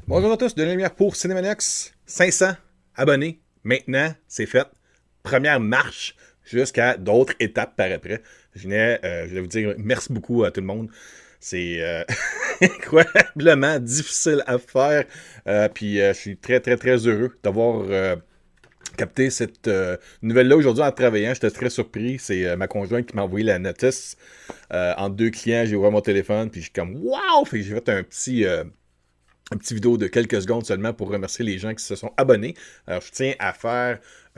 Bonjour à tous, de la lumière pour Cinemaniacs. 500 abonnés. Maintenant, c'est fait. Première marche jusqu'à d'autres étapes par après. Je voulais vous dire merci beaucoup à tout le monde. C'est incroyablement difficile à faire. Je suis très, très, très heureux d'avoir capté cette nouvelle-là aujourd'hui en travaillant. J'étais très surpris. C'est ma conjointe qui m'a envoyé la notice. Entre deux clients, j'ai ouvert mon téléphone, puis je suis comme « Wow! » Fait que j'ai fait un petit vidéo de quelques secondes seulement pour remercier les gens qui se sont abonnés. Alors, je tiens à faire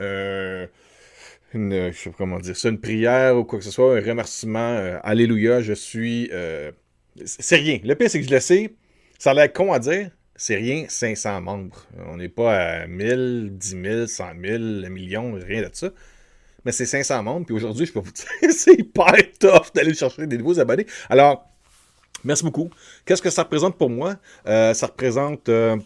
je sais pas comment dire ça, une prière ou quoi que ce soit, un remerciement. Alléluia, je suis... c'est rien. Le pire, c'est que je le sais. Ça a l'air con à dire. C'est rien, 500 membres. On n'est pas à 1000, 10 000, 100 000, 1 million, rien de ça. Mais c'est 500 membres. Puis aujourd'hui, je peux vous dire, c'est hyper tough d'aller chercher des nouveaux abonnés. Alors, merci beaucoup. Qu'est-ce que ça représente pour moi? Ça représente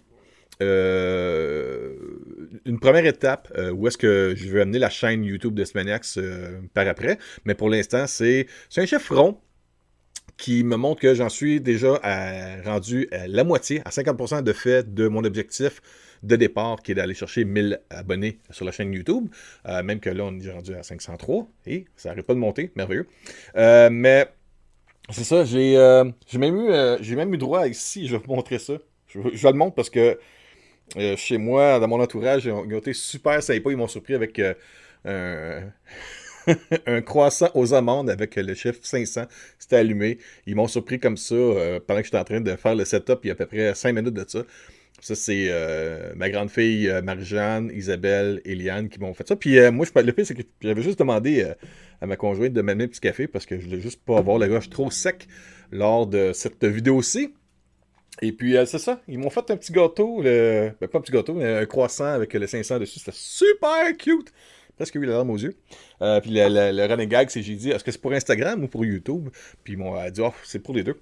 une première étape où est-ce que je veux amener la chaîne YouTube de Cinemaniacs par après. Mais pour l'instant, c'est un chiffre rond qui me montre que j'en suis déjà rendu à la moitié, à 50% de fait de mon objectif de départ, qui est d'aller chercher 1000 abonnés sur la chaîne YouTube. Même que là, on est rendu à 503 et ça n'arrête pas de monter. Merveilleux. Mais... c'est ça, j'ai même eu droit ici, je vais vous montrer ça. Je vais le montrer parce que chez moi, dans mon entourage, ils ont été super sympas. Ils m'ont surpris avec un, un croissant aux amandes avec le chiffre 500. C'était allumé. Ils m'ont surpris comme ça pendant que j'étais en train de faire le setup il y a à peu près 5 minutes de ça. Ça, c'est ma grande fille Marie-Jeanne, Isabelle, Eliane qui m'ont fait ça. Puis moi, le pire, c'est que j'avais juste demandé à ma conjointe de m'amener un petit café parce que je voulais juste pas avoir la gorge trop sec lors de cette vidéo-ci. Et puis, c'est ça. Ils m'ont fait un petit gâteau, ben, pas un petit gâteau, mais un croissant avec le 500 dessus. C'était super cute. Presque eu la larme aux yeux. Puis le running gag, c'est j'ai dit, est-ce que c'est pour Instagram ou pour YouTube? Puis ils m'ont dit, oh, c'est pour les deux.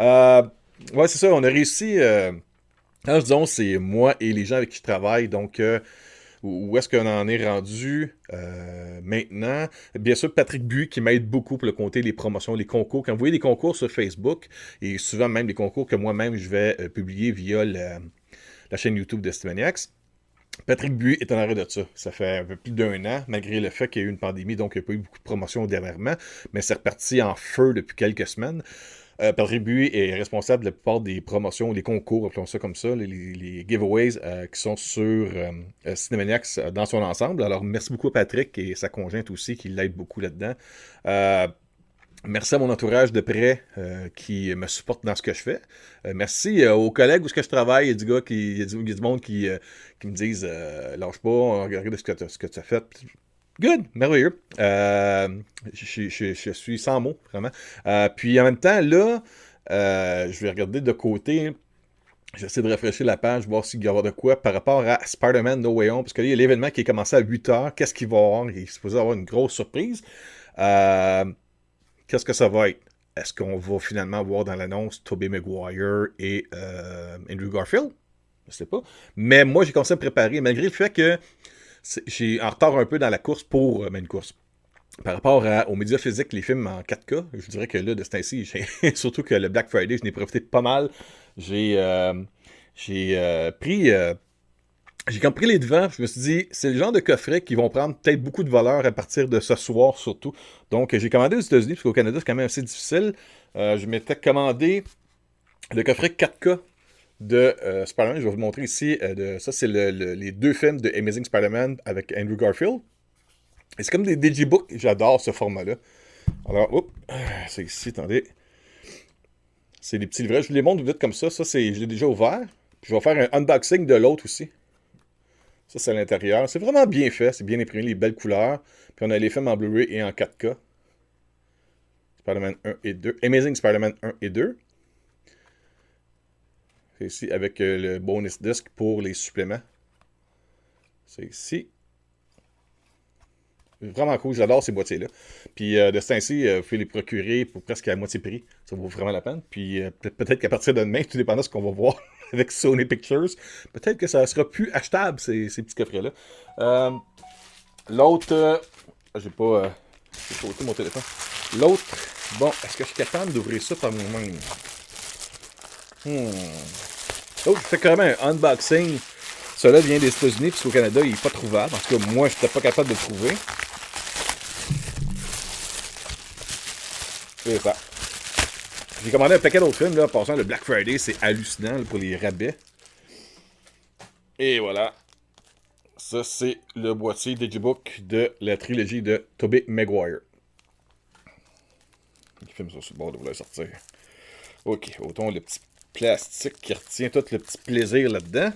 Ouais, c'est ça. On a réussi... alors, disons, c'est moi et les gens avec qui je travaille. Donc, où est-ce qu'on en est rendu maintenant? Bien sûr, Patrick Buy qui m'aide beaucoup pour le compter les promotions, les concours. Quand vous voyez des concours sur Facebook, et souvent même des concours que moi-même je vais publier via la chaîne YouTube de Cinemaniacs, Patrick Buy est en arrêt de ça. Ça fait un peu plus d'un an, malgré le fait qu'il y a eu une pandémie, donc il n'y a pas eu beaucoup de promotions dernièrement, mais c'est reparti en feu depuis quelques semaines. Patrick Buy est responsable de la plupart des promotions, des concours, appelons ça comme ça, les giveaways qui sont sur Cinemaniacs dans son ensemble. Alors, merci beaucoup à Patrick et sa conjointe aussi qui l'aide beaucoup là-dedans. Merci à mon entourage de près qui me supporte dans ce que je fais. Merci aux collègues où je travaille. Il y a il y a du monde qui me disent lâche pas, on regarde ce que tu as fait. Good, merveilleux. Je suis sans mots, vraiment. Puis en même temps, là, je vais regarder de côté. J'essaie de rafraîchir la page, voir s'il y aura de quoi par rapport à Spider-Man No Way Home. Parce que là, il y a l'événement qui est commencé à 8h. Qu'est-ce qu'il va y avoir? Il est supposé avoir une grosse surprise. Qu'est-ce que ça va être? Est-ce qu'on va finalement voir dans l'annonce Tobey Maguire et Andrew Garfield? Je sais pas. Mais moi, j'ai commencé à me préparer, malgré le fait que j'ai en retard un peu dans la course pour une course. Par rapport aux médias physiques, les films en 4K, je dirais que là, de ce temps-ci, surtout que le Black Friday, je n'ai profité pas mal. J'ai pris... j'ai compris les devants, je me suis dit, c'est le genre de coffret qui vont prendre peut-être beaucoup de valeur à partir de ce soir surtout. Donc, j'ai commandé aux États-Unis, parce qu'au Canada, c'est quand même assez difficile. Je m'étais commandé le coffret 4K de Spider-Man. Je vais vous montrer ici. Ça, c'est les deux films de Amazing Spider-Man avec Andrew Garfield. Et c'est comme des digibooks. J'adore ce format-là. Alors, c'est ici, attendez. C'est des petits livrets. Je vous les montre vite comme ça. Ça, je l'ai déjà ouvert. Puis je vais faire un unboxing de l'autre aussi. Ça, c'est à l'intérieur. C'est vraiment bien fait. C'est bien imprimé, les belles couleurs. Puis on a les films en Blu-ray et en 4K. Spider-Man 1 et 2. Amazing Spider-Man 1 et 2. C'est ici avec le bonus disc pour les suppléments. C'est ici. Vraiment cool, j'adore ces boîtiers-là. Puis de ce temps-ci, vous pouvez les procurer pour presque à moitié prix. Ça vaut vraiment la peine. Puis peut-être qu'à partir de demain, tout dépendant de ce qu'on va voir avec Sony Pictures, peut-être que ça sera plus achetable, ces petits coffrets-là. L'autre, j'ai pas ôté mon téléphone. L'autre, bon, est-ce que je suis capable d'ouvrir ça par moi-même? Oh, je fais carrément un unboxing. Celui-là vient des États-Unis, puisqu'au Canada, il n'est pas trouvable. En tout cas, moi, je n'étais pas capable de le trouver. C'est ça. J'ai commandé un paquet d'autres films, là, en passant le Black Friday, c'est hallucinant là, pour les rabais. Et voilà. Ça, c'est le boîtier Digibook de la trilogie de Tobey Maguire. Il filme ça sur le bord de vouloir sortir. Ok, autant le petit plastique qui retient tout le petit plaisir là-dedans.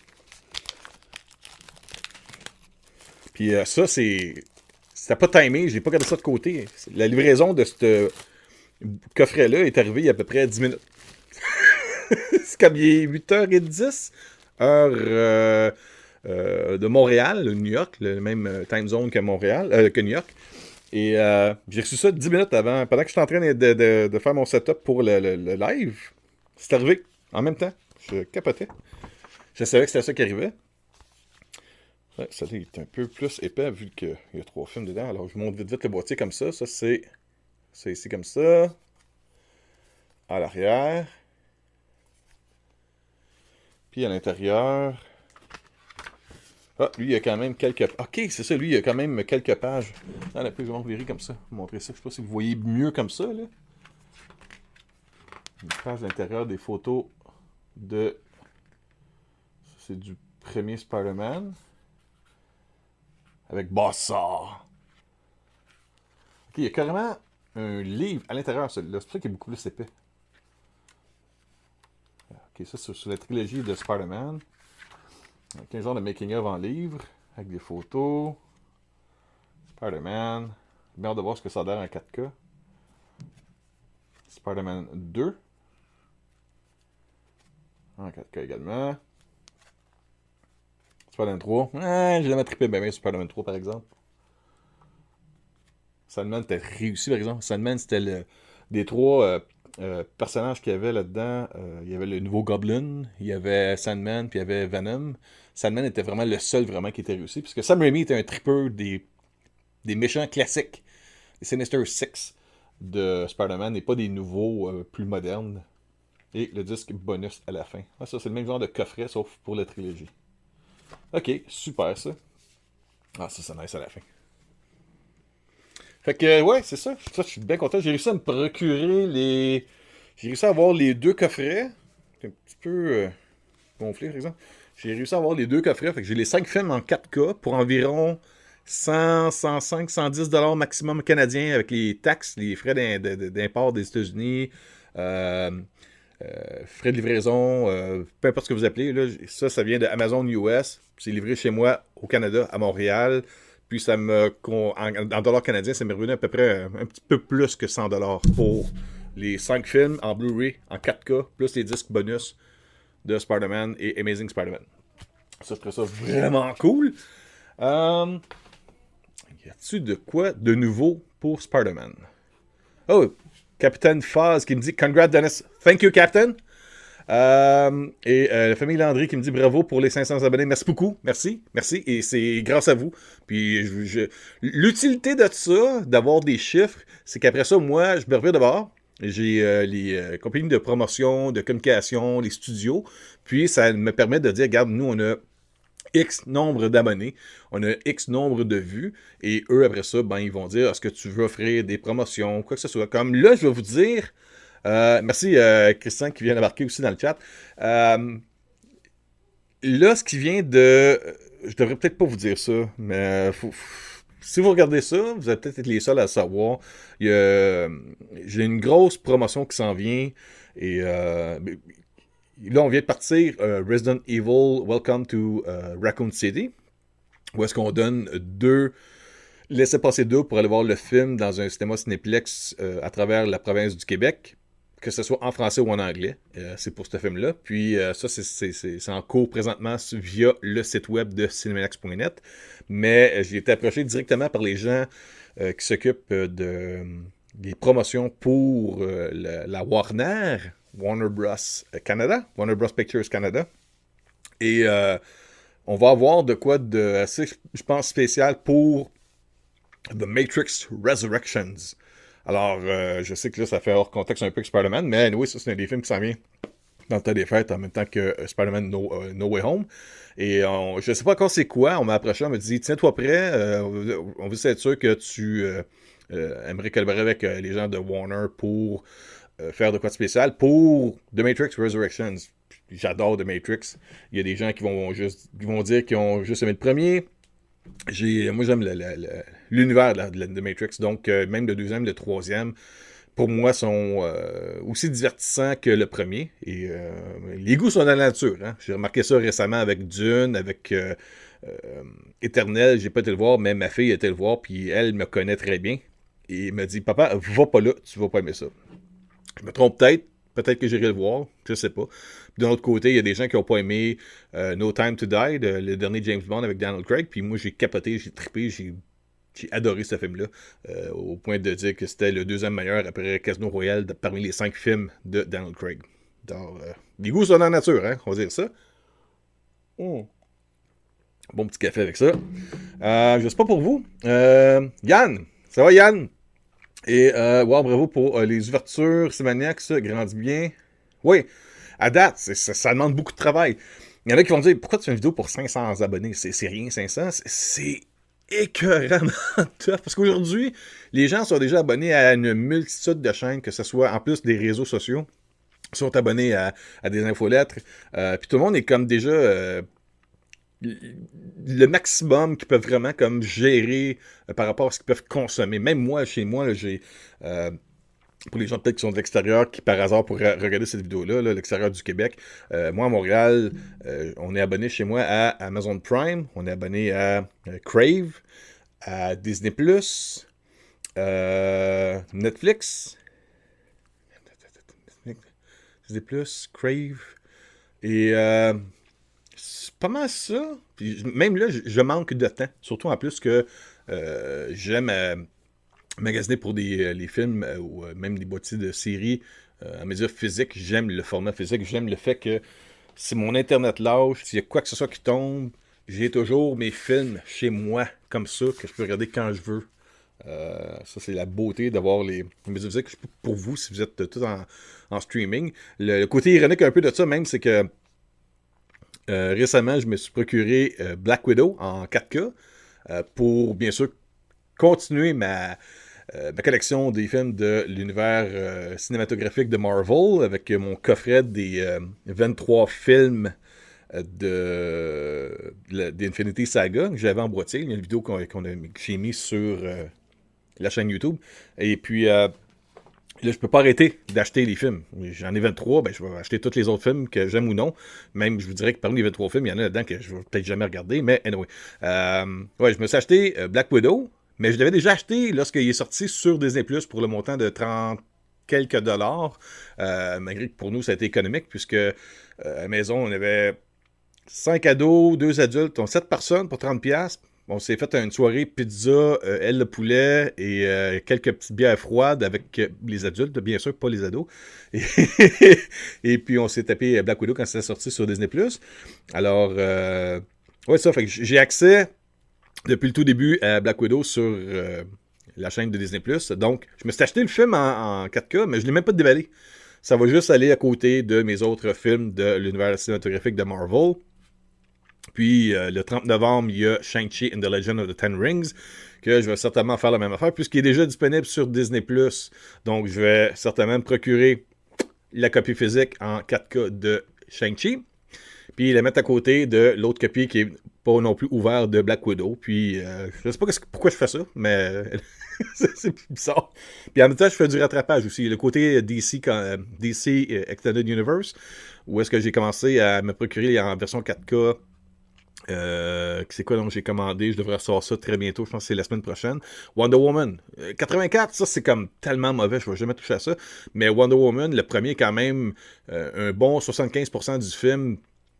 Puis ça, c'était pas timé, j'ai pas gardé ça de côté. La livraison de ce coffret-là est arrivée il y a à peu près 10 minutes. C'est comme il est 8h10, heure de Montréal, New York, le même time zone que Montréal, que New York. Et j'ai reçu ça 10 minutes avant, pendant que j'étais en train de faire mon setup pour le live. C'est arrivé en même temps. Je capotais. Je savais que c'était ça qui arrivait. Ouais, ça est un peu plus épais vu qu'il y a 3 films dedans. Alors je monte vite vite le boîtier comme ça. Ça c'est ici comme ça. À l'arrière. Puis à l'intérieur. Ah, lui, il y a quand même quelques... Ok, c'est ça, lui, il y a quand même quelques pages. Ah, la plus grande verrie comme ça. Je vais montrer ça. Je sais pas si vous voyez mieux comme ça, là. Une page à l'intérieur des photos de... C'est du premier Spider-Man. Avec Bossard. Ok, il y a carrément un livre à l'intérieur, celui-là. C'est pour ça qu'il est beaucoup plus épais. Ok, ça, c'est sur la trilogie de Spider-Man. Avec un genre de making-of en livre, avec des photos. Spider-Man. J'ai bien hâte de voir ce que ça a l'air en 4K. Spider-Man 2. En 4K également. Spider-Man 3. J'ai jamais trippé bien sur Spider-Man 3 par exemple. Sandman était réussi par exemple. Sandman c'était des 3 personnages qu'il y avait là-dedans. Il y avait le nouveau Goblin, il y avait Sandman, puis il y avait Venom. Sandman était vraiment le seul vraiment qui était réussi. Puisque Sam Raimi était un tripper des méchants classiques. Les Sinister Six de Spider-Man et pas des nouveaux plus modernes. Et le disque bonus à la fin. Ah, ça, c'est le même genre de coffret, sauf pour la trilogie. Ok, super ça. Ah, ça, c'est nice à la fin. Fait que, ouais, c'est ça. Ça, je suis bien content. J'ai réussi à me procurer les... J'ai réussi à avoir les 2 coffrets. C'est un petit peu gonflé, par exemple. J'ai réussi à avoir les 2 coffrets. Fait que j'ai les 5 films en 4K pour environ 100, 105, 110 $ maximum canadiens avec les taxes, les frais d'import des États-Unis, frais de livraison, peu importe ce que vous appelez. Là, ça vient de Amazon US. C'est livré chez moi au Canada, à Montréal. Puis ça en dollars canadiens, ça m'est revenu à peu près un petit peu plus que 100 $ pour les 5 films en Blu-ray, en 4K, plus les disques bonus de Spider-Man et Amazing Spider-Man. Ça, je trouve ça vraiment cool. Y a-t-il de quoi de nouveau pour Spider-Man? Oh, Captain Faz qui me dit « Congrats, Dennis. Thank you, Captain. » Et la famille Landry qui me dit bravo pour les 500 abonnés. Merci beaucoup. Merci. Merci. Et c'est grâce à vous. Puis l'utilité de ça, d'avoir des chiffres, c'est qu'après ça, moi, je me reviens de bord. J'ai les compagnies de promotion, de communication, les studios. Puis ça me permet de dire, regarde, nous, on a X nombre d'abonnés, on a X nombre de vues, et eux, après ça, ben, ils vont dire, est-ce que tu veux offrir des promotions, quoi que ce soit. Comme là, je vais vous dire, merci Christian qui vient d'embarquer aussi dans le chat. Là, ce qui vient de... Je devrais peut-être pas vous dire ça, mais si vous regardez ça, vous allez peut-être être les seuls à le savoir. J'ai une grosse promotion qui s'en vient, et là, on vient de partir Resident Evil Welcome to Raccoon City, où est-ce qu'on donne 2 laissez-passer 2 pour aller voir le film dans un cinéma Cinéplex à travers la province du Québec, que ce soit en français ou en anglais. C'est pour ce film-là. Puis ça, c'est en cours présentement via le site web de cinemax.net. Mais j'ai été approché directement par les gens qui s'occupent des promotions pour la Warner Bros. Canada, Warner Bros. Pictures Canada. Et on va avoir de quoi de assez, je pense, spécial pour The Matrix Resurrections. Alors, je sais que là, ça fait hors contexte un peu que Spider-Man, mais anyway, ça, c'est un des films qui s'en vient dans le temps des fêtes, en même temps que Spider-Man No Way Home. Et je ne sais pas encore c'est quoi, on m'a approché, on m'a dit, tiens-toi prêt, on veut être sûr que tu aimerais collaborer avec les gens de Warner pour faire de quoi de spécial pour The Matrix Resurrections. J'adore The Matrix. Il y a des gens qui vont dire qu'ils ont juste aimé le premier. Moi, j'aime l'univers de Matrix. Donc, même le deuxième, le troisième, pour moi, sont aussi divertissants que le premier. Et les goûts sont dans la nature. Hein? J'ai remarqué ça récemment avec Dune, avec Éternel. J'ai pas été le voir, mais ma fille a été le voir, puis elle me connaît très bien. Et elle m'a dit, papa, va pas là, tu vas pas aimer ça. Je me trompe peut-être. Peut-être que j'irai le voir, je sais pas. D'un autre côté, il y a des gens qui n'ont pas aimé No Time to Die, le dernier James Bond avec Daniel Craig. Puis moi, j'ai capoté, j'ai trippé, j'ai adoré ce film-là. Au point de dire que c'était le deuxième meilleur après Casino Royale parmi les 5 films de Daniel Craig. Donc, les goûts sont dans la nature, hein, on va dire ça. Oh. Bon petit café avec ça. Je sais pas pour vous. Yann, ça va Yann? Et wow, bravo pour les ouvertures, Cimaniac, ça grandit bien. Oui, à date, ça demande beaucoup de travail. Il y en a qui vont dire, pourquoi tu fais une vidéo pour 500 abonnés? C'est rien, 500. C'est écœuramment tough. Parce qu'aujourd'hui, les gens sont déjà abonnés à une multitude de chaînes, que ce soit en plus des réseaux sociaux, sont abonnés à des infolettres. Puis tout le monde est comme déjà... le maximum qu'ils peuvent vraiment comme gérer par rapport à ce qu'ils peuvent consommer. Même moi, chez moi, là, j'ai... pour les gens peut-être qui sont de l'extérieur, qui par hasard pourraient regarder cette vidéo-là, là, l'extérieur du Québec, moi à Montréal, on est abonné chez moi à Amazon Prime, on est abonné à Crave, à Disney+, Netflix, Disney+, Crave, et c'est pas mal ça. Puis, même là, je manque de temps, surtout en plus que j'aime... magasiner pour les films ou même des boîtiers de séries à médias physiques. J'aime le format physique. J'aime le fait que si mon Internet lâche, s'il y a quoi que ce soit qui tombe, j'ai toujours mes films chez moi, comme ça, que je peux regarder quand je veux. Ça, c'est la beauté d'avoir les médias physiques pour vous, si vous êtes tous en streaming. Le côté ironique un peu de ça, même, c'est que récemment, je me suis procuré Black Widow en 4K pour, bien sûr, continuer ma collection des films de l'univers cinématographique de Marvel avec mon coffret des 23 films d'Infinity Saga que j'avais en boîtier. Il y a une vidéo que j'ai mis sur la chaîne YouTube. Et puis, là, je peux pas arrêter d'acheter les films. J'en ai 23, ben, je vais acheter tous les autres films que j'aime ou non. Même, je vous dirais que parmi les 23 films, il y en a là-dedans que je vais peut-être jamais regarder, mais anyway. Ouais, je me suis acheté Black Widow, mais je l'avais déjà acheté lorsqu'il est sorti sur Disney+, pour le montant de 30 quelques dollars, malgré que pour nous, ça a été économique, puisque à la maison, on avait 5 ados, 2 adultes, on 7 personnes pour 30$. On s'est fait une soirée pizza, aile de poulet et quelques petites bières froides avec les adultes, bien sûr, pas les ados. Et puis on s'est tapé Black Widow quand c'est sorti sur Disney+. Alors, ouais, ça, fait que j'ai accès depuis le tout début à Black Widow sur la chaîne de Disney+. Donc, je me suis acheté le film en 4K, mais je ne l'ai même pas déballé. Ça va juste aller à côté de mes autres films de l'univers cinématographique de Marvel. Puis, le 30 novembre, il y a Shang-Chi and the Legend of the Ten Rings, que je vais certainement faire la même affaire, puisqu'il est déjà disponible sur Disney+. Donc, je vais certainement me procurer la copie physique en 4K de Shang-Chi, puis la mettre à côté de l'autre copie qui est pas non plus ouverte de Black Widow. Puis, je sais pas pourquoi je fais ça, mais c'est bizarre. Puis en même temps, je fais du rattrapage aussi. Le côté DC Extended Universe, où est-ce que j'ai commencé à me procurer en version 4K. C'est quoi donc j'ai commandé? Je devrais recevoir ça très bientôt. Je pense que c'est la semaine prochaine. Wonder Woman 84, ça c'est comme tellement mauvais, je ne vais jamais toucher à ça. Mais Wonder Woman, le premier, quand même, un bon 75% du film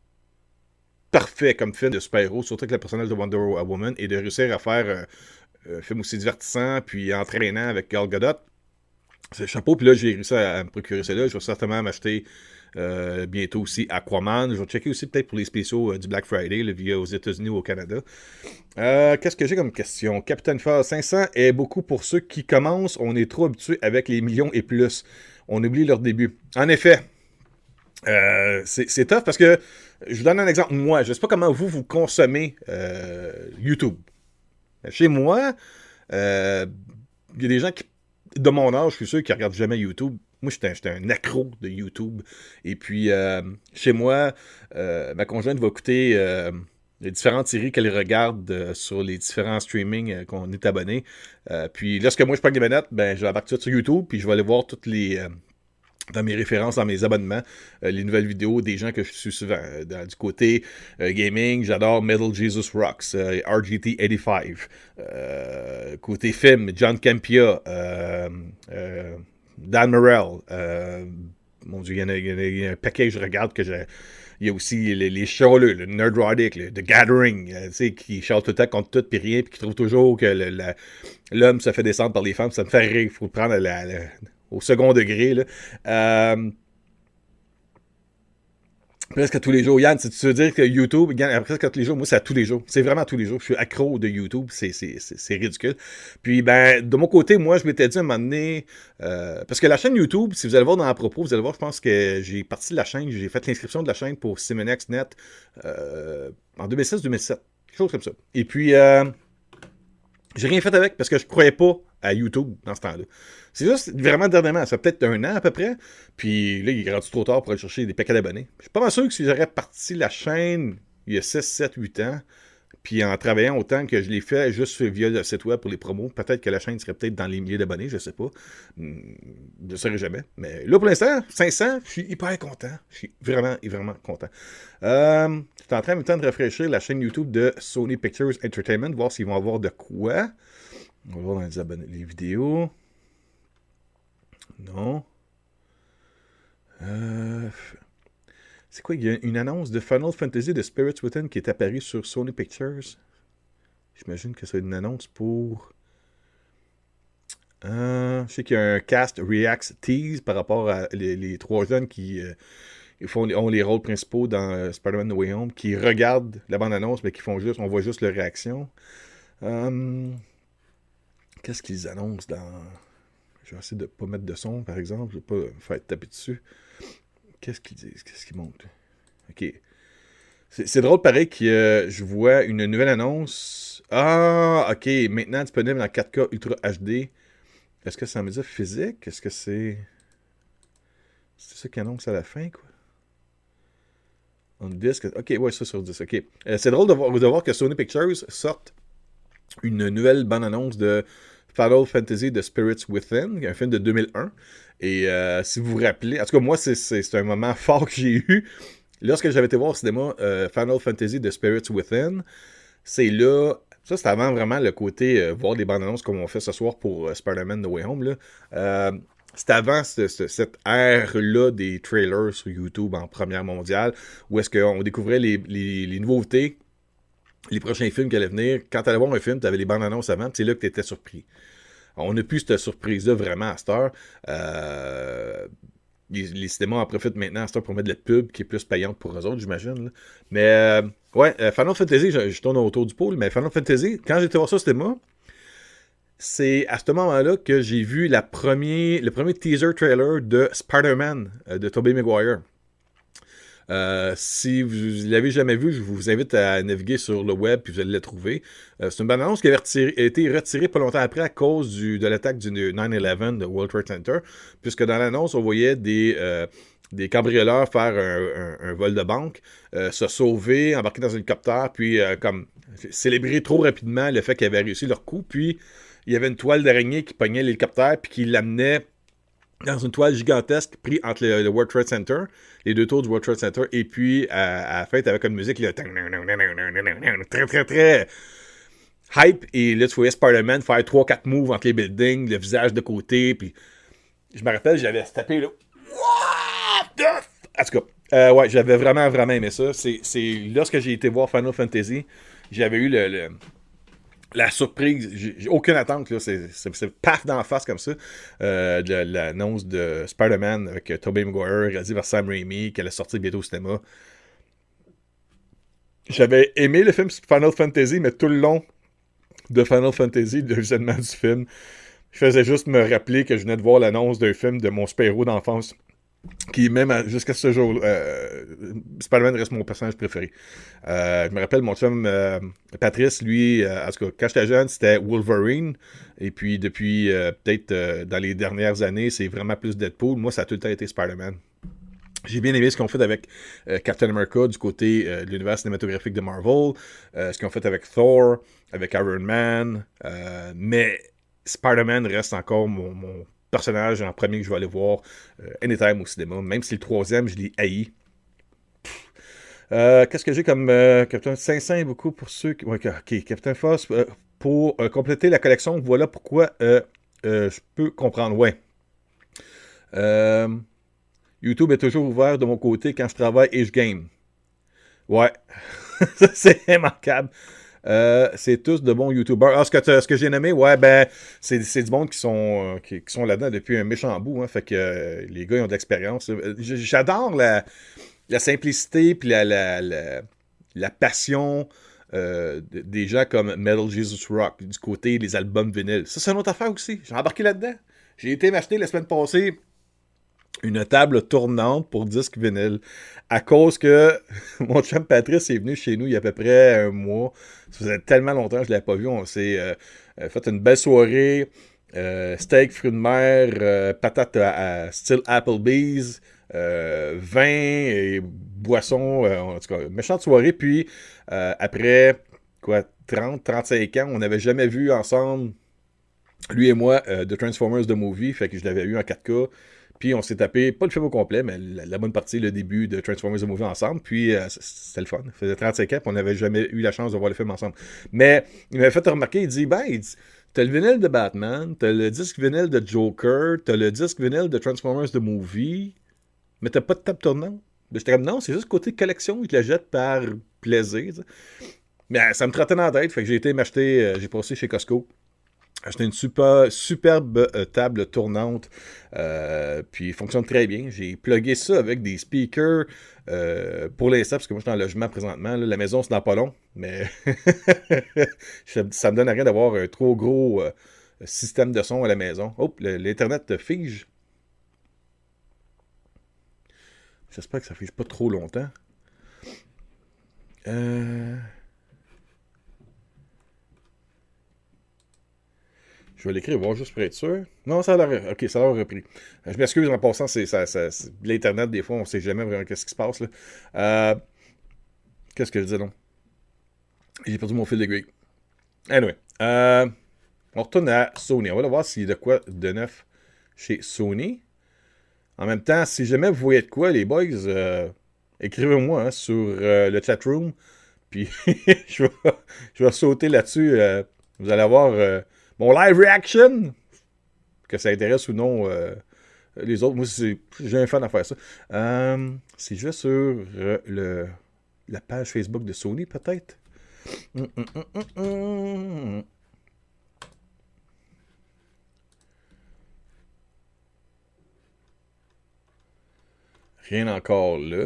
parfait comme film de super-héros, surtout avec le personnage de Wonder Woman, et de réussir à faire un film aussi divertissant, puis entraînant avec Gal Gadot. C'est chapeau, puis là j'ai réussi à me procurer celle-là. Je vais certainement m'acheter bientôt aussi Aquaman. Je vais checker aussi peut-être pour les spéciaux du Black Friday, le via aux États-Unis ou au Canada. Qu'est-ce que j'ai comme question? Captain Phase 500 est beaucoup pour ceux qui commencent. On est trop habitués avec les millions et plus. On oublie leur début. En effet, C'est tough parce que, je vous donne un exemple, moi, je ne sais pas comment vous consommez YouTube. Chez moi, il y a des gens qui, de mon âge, je suis sûr, qui regardent jamais YouTube. Moi, j'étais un accro de YouTube. Et puis, chez moi, ma conjointe va écouter les différentes séries qu'elle regarde sur les différents streamings qu'on est abonné. Puis, lorsque moi, je prends des manettes, ben, je vais embarquer tout sur YouTube, puis je vais aller voir toutes les... dans mes références, dans mes abonnements, les nouvelles vidéos des gens que je suis souvent. Du côté gaming, j'adore Metal Jesus Rocks, RGT85. Côté film, John Campia, Dan Morel. Mon Dieu, il y a un paquet que je regarde que j'ai. Il y a aussi les chialeux, le Nerdrotic, le The Gathering, tu sais, qui chialent tout le temps contre tout puis rien, puis qui trouvent toujours que l'homme se fait descendre par les femmes. Ça me fait rire. Il faut le prendre au second degré. Là. Presque à tous les jours. Yann, si tu veux dire que YouTube, presque à tous les jours, moi, c'est à tous les jours. C'est vraiment à tous les jours. Je suis accro de YouTube. C'est ridicule. Puis, ben, de mon côté, moi, je m'étais dit à un moment donné, parce que la chaîne YouTube, si vous allez voir dans la propos, vous allez voir, je pense que j'ai parti de la chaîne, j'ai fait l'inscription de la chaîne pour SimonX.net en 2006-2007. Quelque chose comme ça. Et puis, j'ai rien fait avec parce que je croyais pas à YouTube dans ce temps-là. C'est juste vraiment dernièrement, ça fait peut-être un an à peu près. Puis là, il est rendu trop tard pour aller chercher des paquets d'abonnés. Je suis pas mal sûr que si j'aurais parti la chaîne il y a 6, 7, 8 ans, puis en travaillant autant que je l'ai fait juste via le site web pour les promos, peut-être que la chaîne serait peut-être dans les milliers d'abonnés, je sais pas. Je ne saurais jamais. Mais là, pour l'instant, 500, je suis hyper content. Je suis vraiment, vraiment content. Je suis en train en même temps de rafraîchir la chaîne YouTube de Sony Pictures Entertainment, voir s'ils vont avoir de quoi. On va voir dans les abonnés, les vidéos. Non. C'est quoi? Il y a une annonce de Final Fantasy de Spirits Within qui est apparue sur Sony Pictures. J'imagine que c'est une annonce pour... je sais qu'il y a un cast Reacts Tease par rapport à les 3 jeunes qui ont les rôles principaux dans Spider-Man No Way Home, qui regardent la bande-annonce, mais qui font juste... On voit juste leur réaction. Qu'est-ce qu'ils annoncent dans... Je vais essayer de ne pas mettre de son, par exemple. Je ne vais pas me faire taper dessus. Qu'est-ce qu'ils disent? Qu'est-ce qu'ils montrent? OK. C'est drôle, pareil, que je vois une nouvelle annonce. Ah, OK. Maintenant disponible en 4K Ultra HD. Est-ce que c'est en média physique? Est-ce que c'est... C'est ça qui annonce à la fin, quoi? On disque. OK, ouais, ça sur 10. OK. C'est drôle de voir que Sony Pictures sorte une nouvelle bande-annonce de Final Fantasy The Spirits Within, un film de 2001. Et si vous vous rappelez, en tout cas, moi, c'est un moment fort que j'ai eu. Lorsque j'avais été voir au cinéma Final Fantasy The Spirits Within, c'est là... Ça, c'était avant vraiment le côté voir les bandes annonces comme on fait ce soir pour Spider-Man No Way Home. C'était avant cette ère-là des trailers sur YouTube en première mondiale, où est-ce qu'on découvrait les nouveautés, les prochains films qui allaient venir. Quand tu allais voir un film, tu avais les bandes annonces avant, c'est là que tu étais surpris. On n'a plus cette surprise-là vraiment à cette heure. Les cinémas en profitent maintenant à cette heure pour mettre de la pub qui est plus payante pour eux autres, j'imagine. Là. Mais ouais, Final Fantasy, je tourne autour du pôle, mais Final Fantasy, quand j'étais voir ça au cinéma, c'est à ce moment-là que j'ai vu le premier teaser trailer de Spider-Man de Tobey Maguire. Si vous ne l'avez jamais vu, je vous invite à naviguer sur le web puis vous allez le trouver. C'est une bande-annonce qui avait été retirée pas longtemps après à cause de l'attaque du 9/11 de World Trade Center, puisque dans l'annonce, on voyait des cambrioleurs faire un vol de banque, se sauver, embarquer dans un hélicoptère, puis comme célébrer trop rapidement le fait qu'ils avaient réussi leur coup, puis il y avait une toile d'araignée qui pognait l'hélicoptère puis qui l'amenait dans une toile gigantesque pris entre le World Trade Center, les deux tours du World Trade Center, et puis à la fin, t'avais comme musique là, très très très hype, et là tu voyais Spider-Man faire 3-4 moves entre les buildings, le visage de côté, puis je me rappelle, j'avais tapé là. What the En tout cas, ouais, j'avais vraiment vraiment aimé ça. C'est lorsque j'ai été voir Final Fantasy, j'avais eu la surprise, j'ai aucune attente, là, c'est paf dans la face comme ça, de l'annonce de Spider-Man avec Tobey Maguire, réalisé par Sam Raimi, qu'elle est sortie bientôt au cinéma. J'avais aimé le film Final Fantasy, mais tout le long de Final Fantasy, le visionnement du film, je faisais juste me rappeler que je venais de voir l'annonce d'un film de mon super-héros d'enfance qui même jusqu'à ce jour, Spider-Man reste mon personnage préféré. Je me rappelle, mon chum Patrice, lui, en tout cas, quand j'étais jeune, c'était Wolverine. Et puis, depuis peut-être dans les dernières années, c'est vraiment plus Deadpool. Moi, ça a tout le temps été Spider-Man. J'ai bien aimé ce qu'ils ont fait avec Captain America du côté de l'univers cinématographique de Marvel, ce qu'ils ont fait avec Thor, avec Iron Man, mais Spider-Man reste encore mon personnage en premier que je vais aller voir anytime au cinéma, même si le troisième, je l'ai haï. Qu'est-ce que j'ai comme Captain 500 beaucoup pour ceux qui... Ouais, ok, Captain Foss, pour compléter la collection, voilà pourquoi je peux comprendre. Ouais. YouTube est toujours ouvert de mon côté quand je travaille et je game. Ouais. C'est immanquable. C'est tous de bons YouTubers. Ah, ce que j'ai nommé, ouais, ben, c'est du monde qui sont là-dedans depuis un méchant bout. Hein, fait que les gars, ils ont de l'expérience. J'adore la simplicité puis la passion des gens comme Metal Jesus Rock, du côté des albums vinyles. Ça, c'est une autre affaire aussi. J'ai embarqué là-dedans. J'ai été m'acheter la semaine passée une table tournante pour disques vinyle à cause que mon chum Patrice est venu chez nous il y a à peu près un mois. Ça faisait tellement longtemps que je ne l'avais pas vu. On s'est fait une belle soirée. Steak, fruits de mer, patates à style Applebee's, vin et boissons. En tout cas, méchante soirée. Puis après, quoi, 35 ans, on n'avait jamais vu ensemble, lui et moi, The Transformers The Movie. Fait que je l'avais eu en 4K. Puis on s'est tapé, pas le film au complet, mais la bonne partie, le début de Transformers The Movie ensemble. Puis c'était le fun. Ça faisait 35 ans, puis on n'avait jamais eu la chance de voir le film ensemble. Mais il m'avait fait remarquer, il dit, t'as le vinyle de Batman, t'as le disque vinyle de Joker, t'as le disque vinyle de Transformers The Movie, mais t'as pas de table tournante. J'étais comme, non, c'est juste côté collection, ils te la jettent par plaisir. T'sais. Mais ça me trottait dans la tête, fait que j'ai été m'acheter, j'ai passé chez Costco. Acheté une superbe table tournante, puis il fonctionne très bien. J'ai plugué ça avec des speakers pour l'instant, parce que moi je suis en logement présentement. Là, la maison c'est dans pas long, mais ça me donne à rien d'avoir un trop gros système de son à la maison. Oh, l'Internet fige. J'espère que ça fige pas trop longtemps. Je vais l'écrire, voir juste pour être sûr. Non, ça a l'air. Ok, ça a l'air repris. Je m'excuse en passant, l'Internet, des fois, on sait jamais vraiment qu'est-ce qui se passe. Là. Qu'est-ce que je disais, non? J'ai perdu mon fil d'aiguille. Anyway. On retourne à Sony. On va voir s'il y a de quoi de neuf chez Sony. En même temps, si jamais vous voyez de quoi, les boys, écrivez-moi sur le chatroom. Puis je vais sauter là-dessus. Vous allez avoir mon live reaction. Que ça intéresse ou non les autres. Moi, j'ai un fan à faire ça. Si je vais sur la page Facebook de Sony, peut-être. Rien encore là.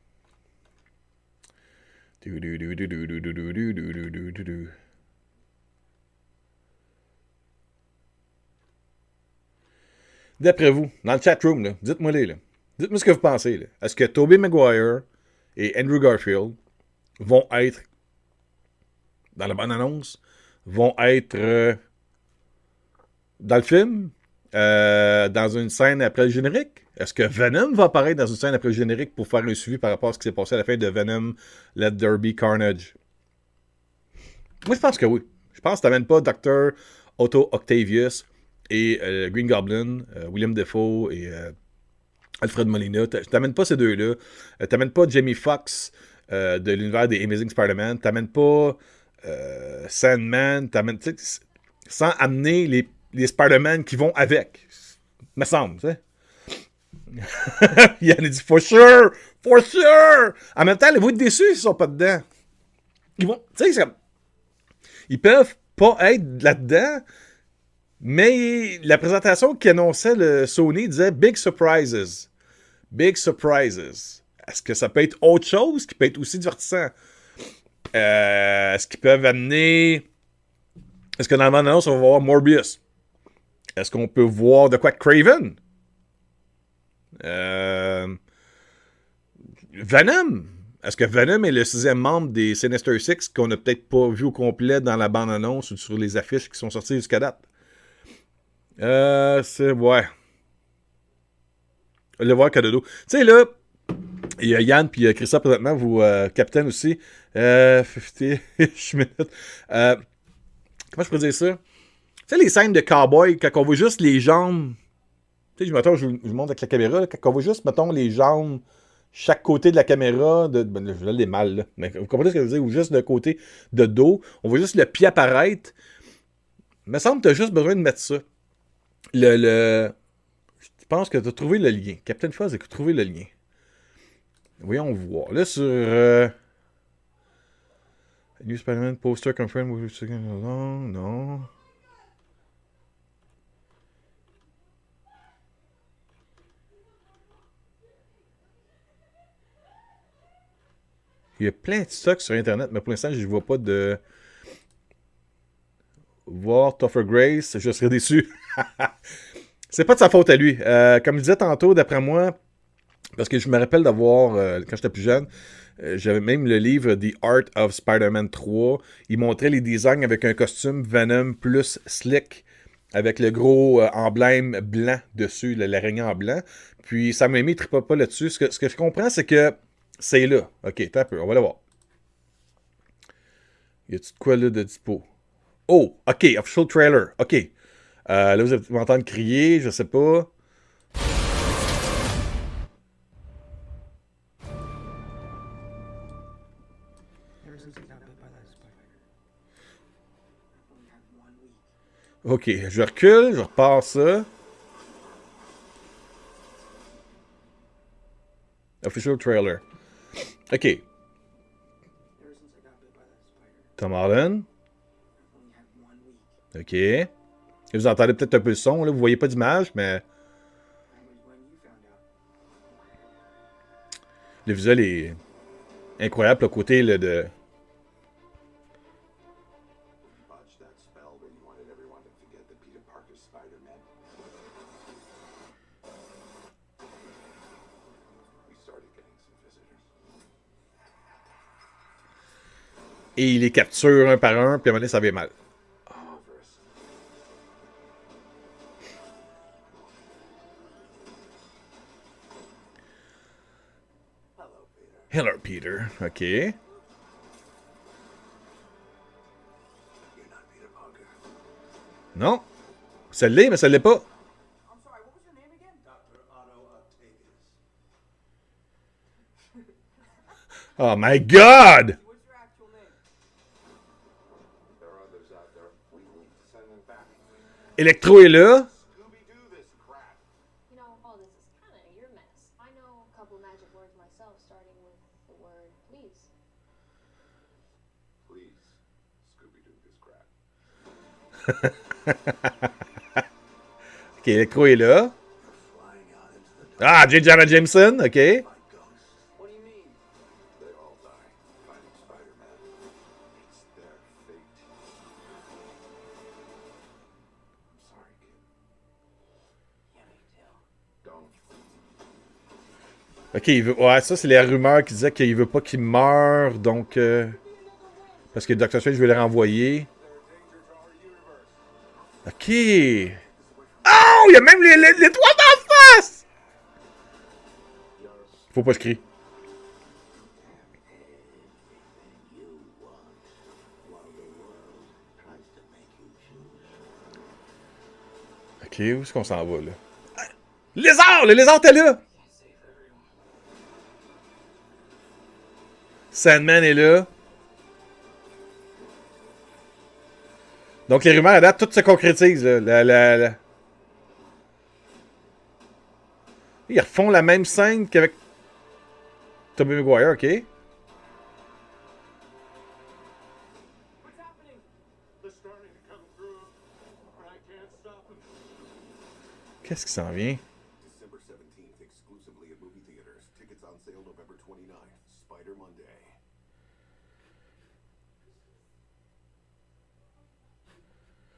D'après vous, dans le chatroom, là, dites-moi-les. Là. Dites-moi ce que vous pensez. Là. Est-ce que Tobey Maguire et Andrew Garfield vont être, dans la bande-annonce, vont être dans le film, dans une scène après le générique? Est-ce que Venom va apparaître dans une scène après le générique pour faire un suivi par rapport à ce qui s'est passé à la fin de Venom, Let There Be Carnage? Moi, je pense que oui. Je pense que t'amènes pas Dr. Otto Octavius et Green Goblin, William Dafoe et Alfred Molina. T'amènes pas ces deux-là. T'amènes pas Jamie Foxx de l'univers des Amazing Spider-Man. T'amènes pas Sandman. Sans amener les Spider-Man qui vont avec. Me semble, tu sais. Il en a dit for sure! For sure! En même temps, vous êtes déçus s'ils sont pas dedans. Ils vont. Tu sais, c'est comme. Ils peuvent pas être là-dedans. Mais la présentation qui annonçait le Sony disait Big Surprises. Big Surprises. Est-ce que ça peut être autre chose qui peut être aussi divertissant? Est-ce qu'ils peuvent amener. Est-ce que dans la bande-annonce, on va voir Morbius? Est-ce qu'on peut voir de quoi Craven? Venom! Est-ce que Venom est le sixième membre des Sinister Six qu'on n'a peut-être pas vu au complet dans la bande-annonce ou sur les affiches qui sont sorties jusqu'à date? C'est... Ouais. Le voir Cadodo. Tu sais, là, il y a Yann puis Christophe présentement, vous, capitaine aussi. 50 minutes. Comment je pourrais dire ça? Tu sais, les scènes de cowboy, quand on voit juste les jambes. Tu sais, je vous montre avec la caméra, là, quand on voit juste, mettons, les jambes, chaque côté de la caméra, ben, je l'ai mal, là. Mais vous comprenez ce que je veux dire? Ou juste de côté de dos, on voit juste le pied apparaître. Il me semble que tu as juste besoin de mettre ça. Je pense que tu as trouvé le lien. Captain Fuzz a trouvé le lien. Voyons voir. Là, sur. New Spider-Man poster confirmed with second along. Non. Il y a plein de stocks sur Internet, mais pour l'instant, je ne vois pas de. Voir Topher Grace, je serais déçu. C'est pas de sa faute à lui. Comme je disais tantôt, d'après moi, parce que je me rappelle d'avoir, quand j'étais plus jeune, j'avais même le livre The Art of Spider-Man 3. Il montrait les designs avec un costume Venom plus slick, avec le gros emblème blanc dessus, l'araignée en blanc. Puis Sam Raimi ne tripa pas là-dessus. Ce que je comprends, c'est que c'est là. Ok, attends un peu, on va le voir. Y a-tu de quoi là de dispo? Oh, ok, official trailer. Ok. Là, vous allez m'entendre crier, je sais pas. Ok, je recule, je repars ça. Official trailer. Ok. Tom Holland. Ok. Et vous entendez peut-être un peu le son, là. Vous voyez pas d'image, mais le visuel est incroyable, le côté là, de. Et il les capture un par un, puis à un moment donné, ça va mal. Hello, Peter. Ok. Non. Ça l'est, mais ça l'est pas. Oh my god! Electro est là. Ok, Electro est là. Ah, J. Jonah Jameson, ok. Ok, ouais, ça, c'est les rumeurs qui disaient qu'il veut pas qu'il meure, donc. Parce que Doctor Strange veut les renvoyer. Ok. Oh, il y a même les toits d'en face! Faut pas que je crie. Ok, où est-ce qu'on s'en va, là? Lézard! Le lézard était là! Sandman est là. Donc les rumeurs à date, tout se concrétise. Là. Ils refont la même scène qu'avec Tobey Maguire, ok. Qu'est-ce qui s'en vient?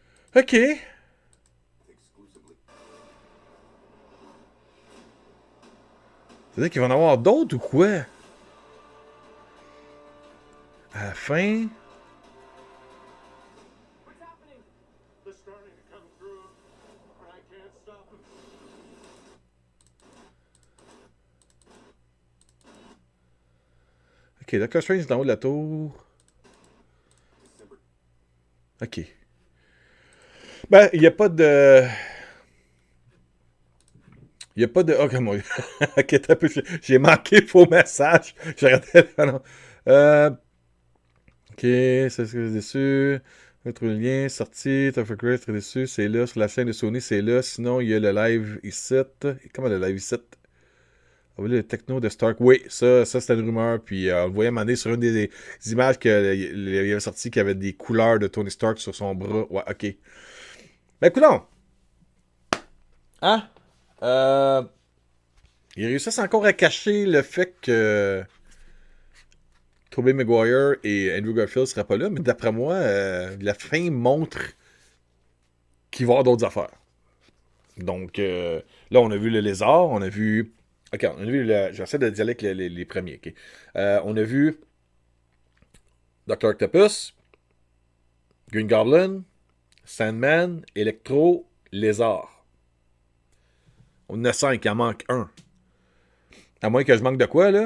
Ok. C'est-à-dire qu'il va en avoir d'autres ou quoi? À la fin... Ok, Doctor Strange est en haut de la tour. Ok. Ben, il n'y a pas de... Il n'y a pas de... Oh, comment... ok, t'as peu... J'ai manqué le faux message. J'ai regardé... Ah non. Ok, c'est ce que j'ai dessus. Retrouver le lien, sortie, Tougher Grace, très dessus, c'est là. Sur la chaîne de Sony, c'est là. Sinon, il y a le live ici. Comment le live ici? Ah oui, le techno de Stark. Oui, ça c'était une rumeur. Puis on le voyait maner sur une des images qu'il avait sorti qui avait des couleurs de Tony Stark sur son bras. Ouais, ok. Ben, coulons! Hein? Euh, Ils réussissent encore à cacher le fait que Tobey Maguire et Andrew Garfield ne seraient pas là, mais d'après moi, la fin montre qu'il va y avoir d'autres affaires. Donc, là, on a vu le lézard, on a vu... Ok, on a vu j'essaie de dire avec les premiers, ok. On a vu Dr. Octopus, Green Goblin, Sandman, Electro, Lézard. On en a 5, il en manque un. À moins que je manque de quoi, là?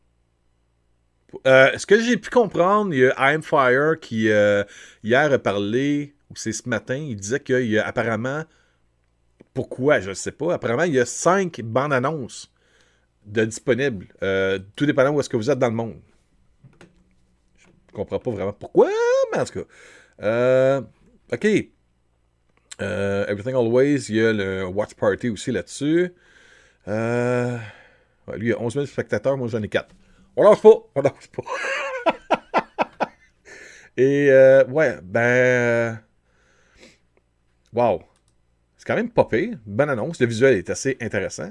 Ce que j'ai pu comprendre, il y a I'm Fire qui, hier, a parlé, ou c'est ce matin, il disait qu'il y a apparemment, pourquoi, je ne sais pas, apparemment, il y a 5 bandes annonces de disponibles, tout dépendant où est-ce que vous êtes dans le monde. Je comprends pas vraiment pourquoi, mais en tout cas. OK. Everything Always, il y a le Watch Party aussi là-dessus. Ouais, lui, il y a 11 000 spectateurs, moi j'en ai 4. On lâche pas, on lâche pas. Et, ouais, ben... Wow. C'est quand même pas pire. Bonne annonce. Le visuel est assez intéressant.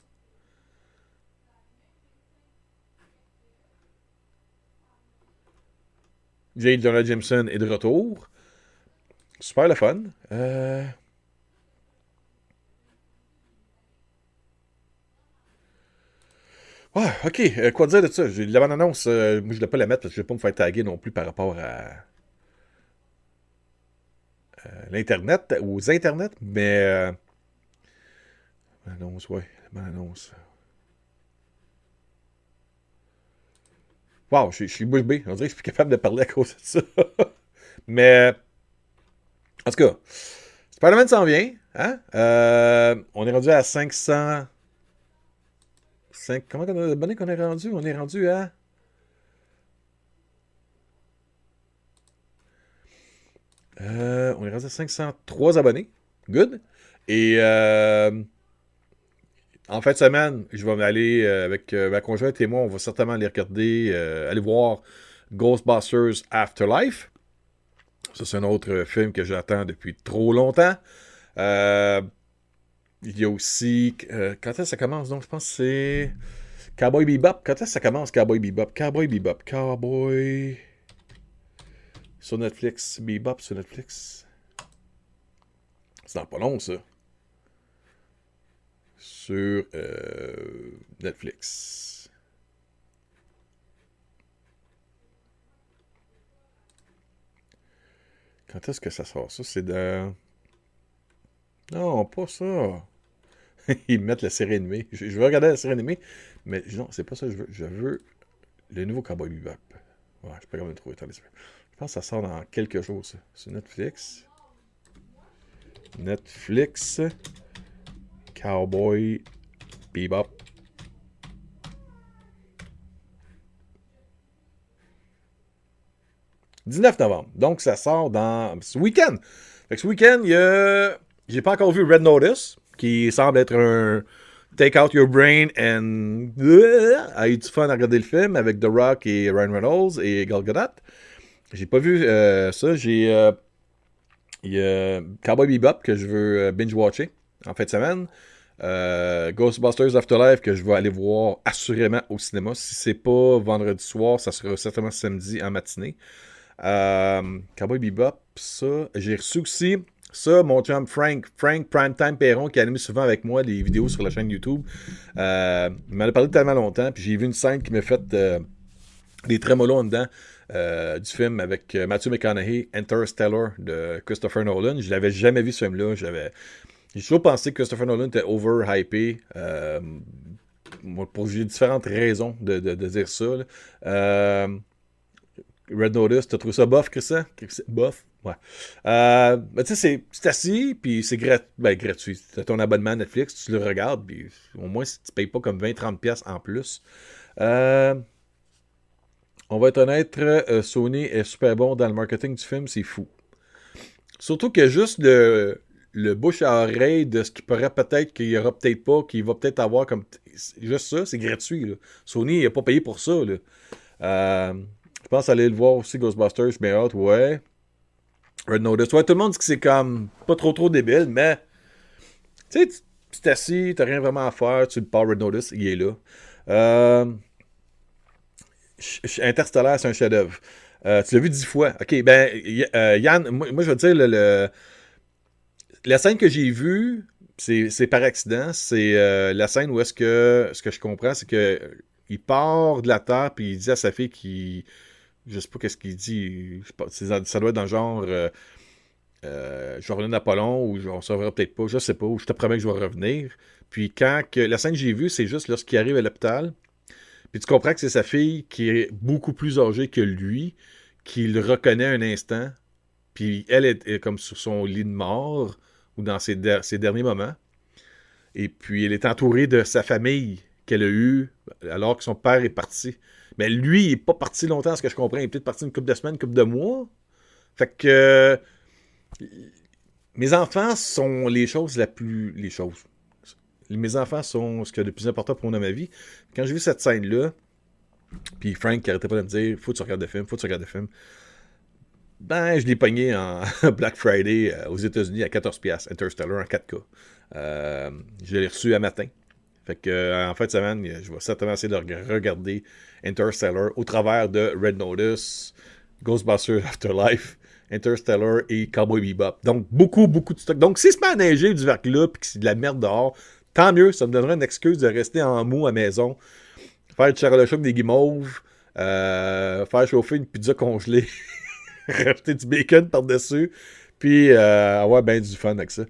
J. Jonah Jameson est de retour. Super le fun. Ouais, ok. Quoi dire de ça? J'ai la bonne annonce. Moi, je ne vais pas la mettre parce que je ne vais pas me faire taguer non plus par rapport à l'Internet, aux Internets. Mais. Bonne annonce, ouais. Bonne annonce. Wow, je suis bouche bée. On dirait que je suis plus capable de parler à cause de ça. Mais. En tout cas, Spider-Man s'en vient. Hein? On est rendu à 500. Comment on a abonné qu'on est rendu? On est rendu à. On est rendu à 503 abonnés. Good. Et en fin de semaine, je vais aller avec ma conjointe et moi, on va certainement aller regarder, aller voir Ghostbusters Afterlife. Ça, c'est un autre film que j'attends depuis trop longtemps. Euh, il y a aussi... quand est-ce que ça commence? Donc, je pense que c'est... Cowboy Bebop. Quand est-ce que ça commence, Cowboy Bebop? Cowboy Bebop. Cowboy... Sur Netflix. Bebop sur Netflix. C'est dans pas long, ça. Sur Netflix. Quand est-ce que ça sort? Ça, c'est de... Non, pas ça. Ils mettent la série animée. Je veux regarder la série animée, mais non, c'est pas ça que je veux. Je veux le nouveau Cowboy Bebop. Ouais, je peux quand même le trouver. Attendez, je pense que ça sort dans quelques jours, ça. Sur Netflix. Netflix. Cowboy Bebop. « 19 novembre. Donc, ça sort dans ce week-end. Fait que ce week-end, il y a... J'ai pas encore vu Red Notice, qui semble être un take out your brain and... a eu du fun à regarder le film avec The Rock et Ryan Reynolds et Gal Gadot. J'ai pas vu ça. Il y a Cowboy Bebop que je veux binge-watcher en fin de semaine. Ghostbusters Afterlife que je vais aller voir assurément au cinéma. Si c'est pas vendredi soir, ça sera certainement samedi en matinée. Cowboy Bebop, ça. J'ai reçu aussi Ça, mon chum Frank Primetime Perron, qui anime souvent avec moi des vidéos sur la chaîne YouTube, il m'en a parlé tellement longtemps, puis j'ai vu une scène qui m'a fait des trémolos en dedans du film avec Matthew McConaughey, Interstellar de Christopher Nolan. Je l'avais jamais vu ce film-là. J'ai toujours pensé que Christopher Nolan était over-hypé. Pour différentes raisons de dire ça. Red Notice, t'as trouvé ça bof, Christian? Bof? Ouais. Mais tu sais, c'est assis, puis c'est gratuit. T'as ton abonnement à Netflix, tu le regardes, puis au moins, tu payes pas comme 20-30$ en plus. On va être honnête, Sony est super bon dans le marketing du film, c'est fou. Surtout que juste le bouche à oreille de ce qu'il pourrait peut-être, qu'il n'y aura peut-être pas, qu'il va peut-être avoir comme. Juste ça, c'est gratuit. Là. Sony n'a pas payé pour ça. Là. Je pense aller le voir aussi, Ghostbusters, mais hâte, ouais. Red Notice. Ouais, tout le monde dit que c'est comme pas trop débile, mais. Tu sais, tu t'assis, t'as rien vraiment à faire, tu le pars Red Notice, il est là. Interstellar, c'est un chef-d'œuvre. Tu l'as vu 10 fois. Ok, ben, Yann, moi je veux dire, la scène que j'ai vue, c'est par accident. C'est la scène où est-ce que, ce que je comprends, c'est que il part de la Terre, puis il dit à sa fille qu'il. Je sais pas qu'est-ce qu'il dit. Ça doit être dans le genre. Je vais revenir d'Apollon, ou on se reverra peut-être pas, je sais pas, ou je te promets que je vais revenir. Puis la scène que j'ai vue, c'est juste lorsqu'il arrive à l'hôpital. Puis tu comprends que c'est sa fille qui est beaucoup plus âgée que lui, qui le reconnaît un instant. Puis elle est comme sur son lit de mort, ou dans ses derniers moments. Et puis elle est entourée de sa famille qu'elle a eue alors que son père est parti. Mais lui, il n'est pas parti longtemps, à ce que je comprends. Il est peut-être parti une couple de semaines, une couple de mois. Fait que mes enfants sont les choses la plus. Les choses. Mes enfants sont ce qu'il y a de plus important pour moi dans ma vie. Quand j'ai vu cette scène-là, puis Frank qui arrêtait pas de me dire faut que tu regardes le film, faut que tu regardes le film. Ben, je l'ai pogné en Black Friday aux États-Unis à 14$, Interstellar en 4K. Je l'ai reçu à matin. Fait que en fin de semaine, je vais certainement essayer de regarder Interstellar au travers de Red Notice, Ghostbusters Afterlife, Interstellar et Cowboy Bebop. Donc, beaucoup de stock. Donc, si c'est pas neiger du verglas puis que c'est de la merde dehors, tant mieux, ça me donnerait une excuse de rester en mou à maison, faire du Charles Choc des guimauves, faire chauffer une pizza congelée, rajouter du bacon par-dessus, puis avoir bien du fun avec ça.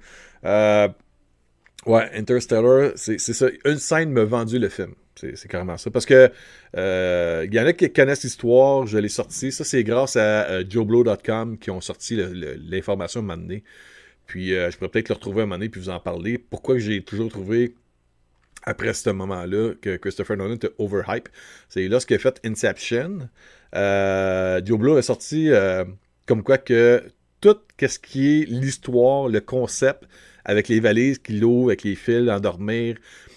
Ouais, Interstellar, c'est ça. Une scène m'a vendu le film. C'est carrément ça. Parce que y en a qui connaissent l'histoire, je l'ai sorti. Ça, c'est grâce à JoeBlow.com qui ont sorti l'information à un moment donné. Puis je pourrais peut-être le retrouver à un moment donné puis vous en parler. Pourquoi j'ai toujours trouvé, après ce moment-là, que Christopher Nolan était overhype. C'est lorsqu'il a fait Inception. JoeBlow a sorti comme quoi que tout ce qui est l'histoire, le concept, avec les valises qu'il ouvre, avec les fils, endormir,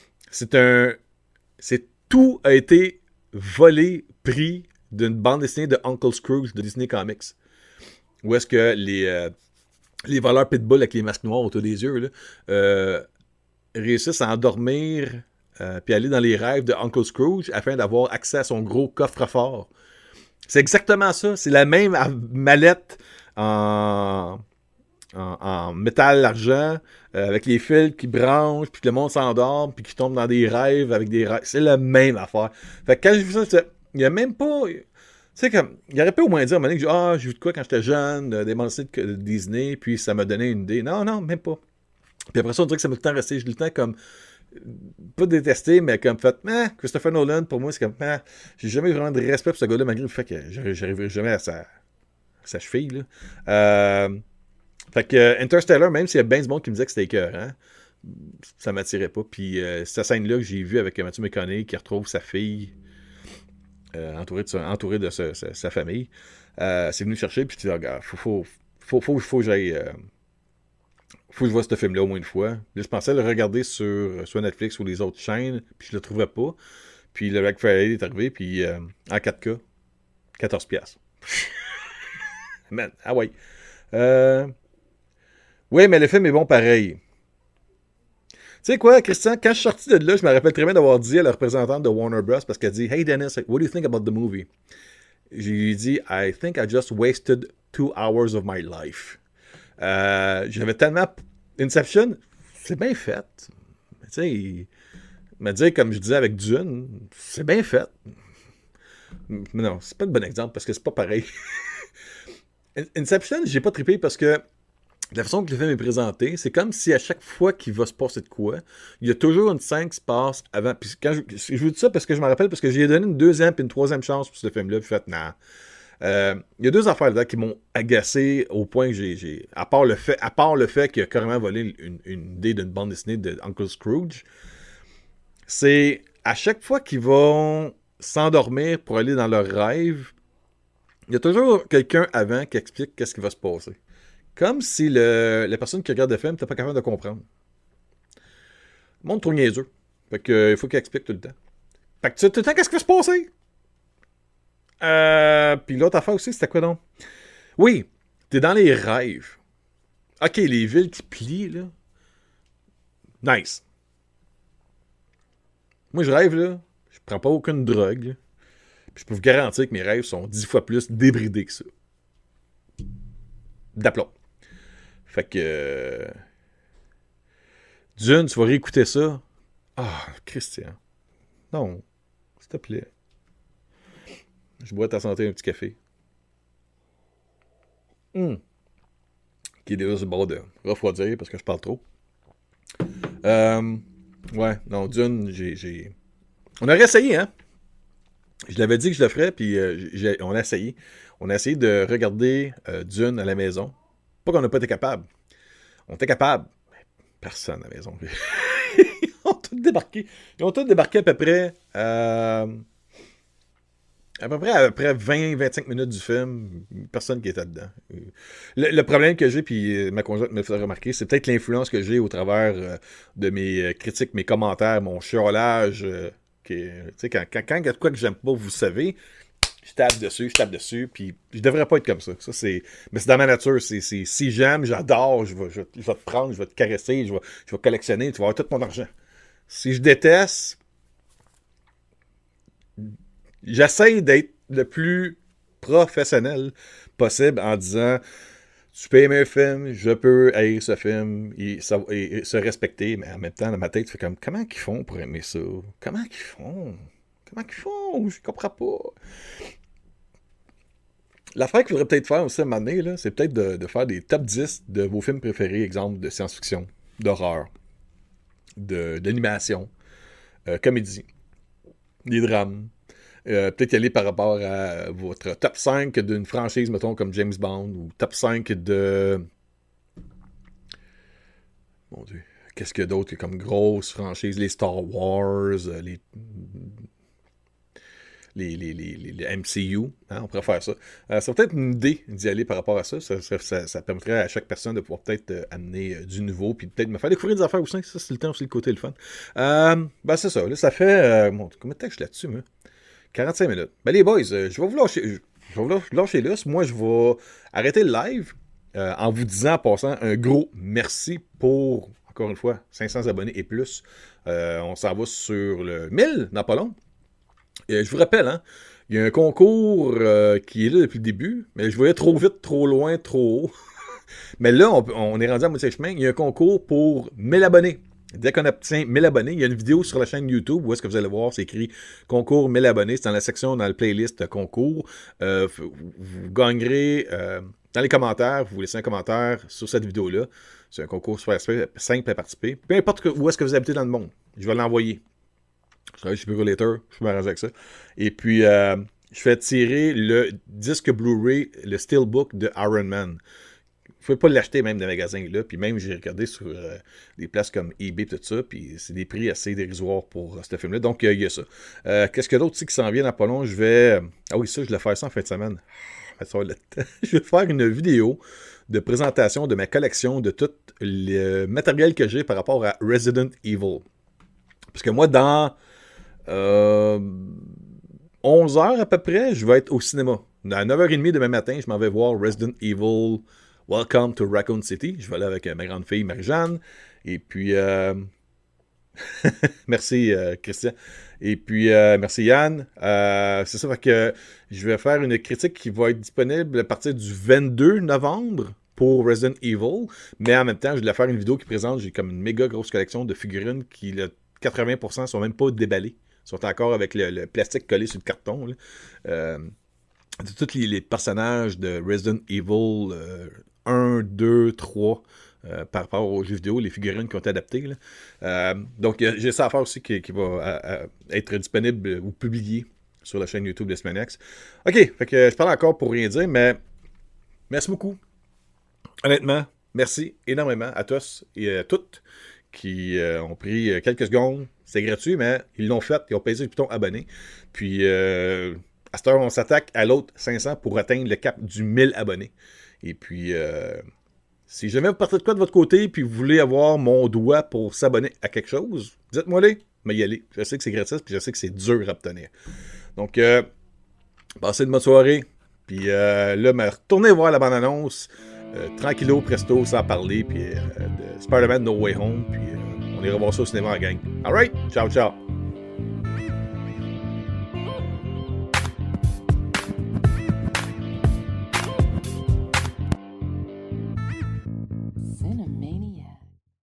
tout a été volé, pris d'une bande dessinée de Uncle Scrooge de Disney Comics. Où est-ce que les voleurs pitbull avec les masques noirs autour des yeux là, réussissent à endormir puis aller dans les rêves de Uncle Scrooge afin d'avoir accès à son gros coffre-fort. C'est exactement ça. C'est la même mallette en métal argent avec les fils qui branchent puis que le monde s'endort puis qui tombe dans des rêves avec des rêves. C'est la même affaire. Fait que quand j'ai vu ça, il n'y a même pas. Tu sais, comme, il aurait pu au moins dire à un moment donné que j'ai vu de quoi quand j'étais jeune, des bandes de Disney, puis ça m'a donné une idée. Non, même pas. Puis après ça, on dirait que ça m'a tout le temps resté. J'ai le temps comme. Pas détesté, mais comme fait. Christopher Nolan, pour moi, c'est comme. J'ai jamais eu vraiment de respect pour ce gars-là, malgré le fait que j'arriverai jamais à sa cheville. Là. Fait que Interstellar, même s'il y a bien du monde qui me disait que c'était écœurant, ça m'attirait pas. Puis cette scène-là que j'ai vue avec Matthew McConaughey qui retrouve sa fille entourée de sa famille, c'est venu chercher. Puis tu dis, regarde, faut que j'aille. Faut que je vois ce film-là au moins une fois. Là, je pensais le regarder sur soit Netflix ou les autres chaînes, puis je le trouverais pas. Puis le Black Friday est arrivé, puis en 4K, 14$. Man, ah ouais. Oui, mais le film est bon pareil. Tu sais quoi, Christian, quand je suis sorti de là, je me rappelle très bien d'avoir dit à la représentante de Warner Bros. Parce qu'elle dit, Hey Dennis, what do you think about the movie? J'ai dit, I think I just wasted 2 hours of my life. J'avais tellement... Inception, c'est bien fait. Tu sais, me dire, comme je disais avec Dune, c'est bien fait. Mais non, c'est pas le bon exemple parce que c'est pas pareil. Inception, j'ai pas trippé parce que la façon que le film est présenté, c'est comme si à chaque fois qu'il va se passer de quoi, il y a toujours une scène qui se passe avant. Puis quand je vous dis ça parce que je me rappelle, parce que j'ai donné une deuxième puis une troisième chance pour ce film-là, puis fait, nah. Il y a deux affaires là qui m'ont agacé au point que j'ai. À part le fait qu'il a carrément volé une idée d'une bande dessinée de Uncle Scrooge, c'est à chaque fois qu'ils vont s'endormir pour aller dans leur rêve, il y a toujours quelqu'un avant qui explique qu'est-ce qui va se passer. Comme si la personne qui regarde le film n'était pas capable de comprendre. Le monde trop niaiseux. Fait que, il faut qu'il explique tout le temps. Fait que tu sais tout le temps qu'est-ce qui va se passer. Puis l'autre affaire aussi, c'était quoi donc? Oui, t'es dans les rêves. Ok, les villes qui plient, là. Nice. Moi, je rêve, là. Je prends pas aucune drogue, là. Puis je peux vous garantir que mes rêves sont 10 fois plus débridés que ça. D'aplomb. Fait que... Dune, tu vas réécouter ça. Ah, Christian. Non. S'il te plaît. Je bois ta santé un petit café. Qui est déjà sur le bord de refroidir parce que je parle trop. Ouais, non, Dune, On aurait essayé, hein? Je l'avais dit que je le ferais, puis on a essayé. On a essayé de regarder Dune à la maison. Pas qu'on n'a pas été capable. On était capable. Personne à la maison. Ils ont tous débarqué. Ils ont tous débarqué à peu près... après 20-25 minutes du film, personne qui était dedans. Le problème que j'ai, puis ma conjointe me le fait remarquer, c'est peut-être l'influence que j'ai au travers de mes critiques, mes commentaires, mon chiolage. Tu sais, quand il y a de quoi que j'aime pas, vous savez, je tape dessus, puis je devrais pas être comme ça. Mais c'est dans ma nature. Si j'aime, j'adore, je vais te prendre, je vais te caresser, je vais collectionner, tu vas avoir tout mon argent. Si je déteste... J'essaie d'être le plus professionnel possible en disant tu peux aimer un film, je peux haïr ce film et se respecter, mais en même temps, dans ma tête, tu fais comme comment qu'ils font pour aimer ça? Comment qu'ils font? Je comprends pas. L'affaire qu'il faudrait peut-être faire aussi à un moment donné, là, c'est peut-être de faire des top 10 de vos films préférés, exemple de science-fiction, d'horreur, d'animation, comédie, des drames. Peut-être y aller par rapport à votre top 5 d'une franchise, mettons, comme James Bond, ou top 5 de... Mon Dieu. Qu'est-ce qu'il y a d'autre comme grosse franchise? Les Star Wars, les MCU. Hein, on pourrait faire ça. Ça peut être une idée d'y aller par rapport à ça. Ça permettrait à chaque personne de pouvoir peut-être amener du nouveau, puis peut-être me faire découvrir des affaires aussi. Ça, c'est le temps aussi, le côté le fun. Ben, c'est ça. Là, ça fait... combien de temps que je suis là-dessus, moi? 45 minutes. Ben les boys, je vais vous lâcher là. Moi, je vais arrêter le live en vous disant, en passant, un gros merci pour, encore une fois, 500 abonnés et plus. On s'en va sur le 1000 dans pas long. Et je vous rappelle, hein, il y a un concours qui est là depuis le début, mais je voyais trop vite, trop loin, trop haut. Mais là, on est rendu à moitié chemin. Il y a un concours pour 1000 abonnés. Dès qu'on obtient 1000 abonnés, il y a une vidéo sur la chaîne YouTube où est-ce que vous allez voir, c'est écrit concours 1000 abonnés. C'est dans la section, dans le playlist concours. Vous gagnerez dans les commentaires, vous laissez un commentaire sur cette vidéo-là. C'est un concours super simple à participer. Peu importe où est-ce que vous habitez dans le monde, je vais l'envoyer. Je travaille chez Burulator, je peux m'arranger avec ça. Et puis, je fais tirer le disque Blu-ray, le Steelbook de Iron Man. Vous ne pouvez pas l'acheter même dans les magasins là. Puis même, j'ai regardé sur des places comme eBay tout ça. Puis c'est des prix assez dérisoires pour ce film-là. Donc, il y a ça. Qu'est-ce que d'autre aussi qui s'en vient dans pas long? Je vais... Ah oui, ça, je vais faire ça en fin de semaine. Je vais faire une vidéo de présentation de ma collection de tout le matériel que j'ai par rapport à Resident Evil. Parce que moi, dans 11 heures à peu près, je vais être au cinéma. À 9h30 demain matin, je m'en vais voir Resident Evil Welcome to Raccoon City. Je vais aller avec ma grande fille Marie-Jeanne. Et puis, merci Christian. Et puis, merci Yann. C'est ça, fait que je vais faire une critique qui va être disponible à partir du 22 novembre. pour Resident Evil, mais en même temps, je voulais faire une vidéo qui présente, j'ai comme une méga grosse collection de figurines qui, le 80% sont même pas déballées, sont encore avec le plastique collé sur le carton. De tous les personnages de Resident Evil 1, 2, 3, par rapport aux jeux vidéo, les figurines qui ont été adaptées. Donc, j'ai ça à faire aussi qui va être disponible ou publié sur la chaîne YouTube de SManiacs. OK, fait que je parle encore pour rien dire, mais merci beaucoup. Honnêtement, merci énormément à tous et à toutes qui ont pris quelques secondes. C'est gratuit, mais ils l'ont fait. Ils ont payé le bouton abonné. Puis, à cette heure, on s'attaque à l'autre 500 pour atteindre le cap du 1000 abonnés. Et puis, si jamais vous partez de quoi de votre côté puis vous voulez avoir mon doigt pour s'abonner à quelque chose, dites-moi-les, mais y aller. Je sais que c'est gratuit puis je sais que c'est dur à obtenir. Donc, passez une bonne soirée. Puis là, retournez voir la bande-annonce. Tranquillo, presto, sans parler. Puis de Spider-Man No Way Home. Puis on ira voir ça au cinéma en gang. Alright, ciao, ciao.